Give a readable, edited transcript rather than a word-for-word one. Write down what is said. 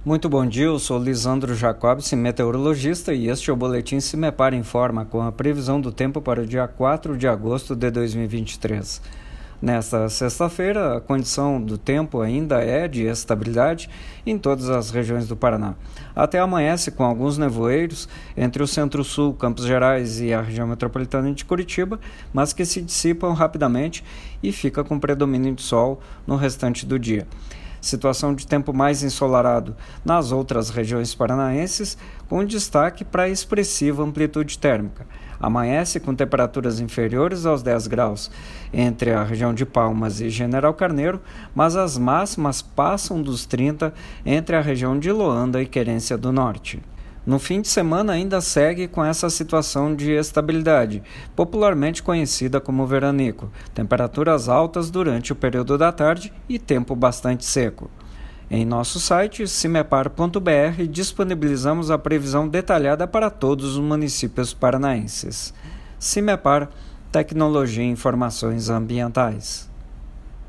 Muito bom dia, eu sou Lisandro Jacobson, meteorologista, e este é o Boletim Cimepar Informa com a previsão do tempo para o dia 4 de agosto de 2023. Nesta sexta-feira, a condição do tempo ainda é de estabilidade em todas as regiões do Paraná. Até amanhece com alguns nevoeiros entre o centro-sul, Campos Gerais e a região metropolitana de Curitiba, mas que se dissipam rapidamente e fica com predomínio de sol no restante do dia. Situação de tempo mais ensolarado nas outras regiões paranaenses, com destaque para a expressiva amplitude térmica. Amanhece com temperaturas inferiores aos 10 graus entre a região de Palmas e General Carneiro, mas as máximas passam dos 30 entre a região de Loanda e Querência do Norte. No fim de semana ainda segue com essa situação de estabilidade, popularmente conhecida como veranico, temperaturas altas durante o período da tarde e tempo bastante seco. Em nosso site, cimepar.br, disponibilizamos a previsão detalhada para todos os municípios paranaenses. Cimepar, Tecnologia e Informações Ambientais.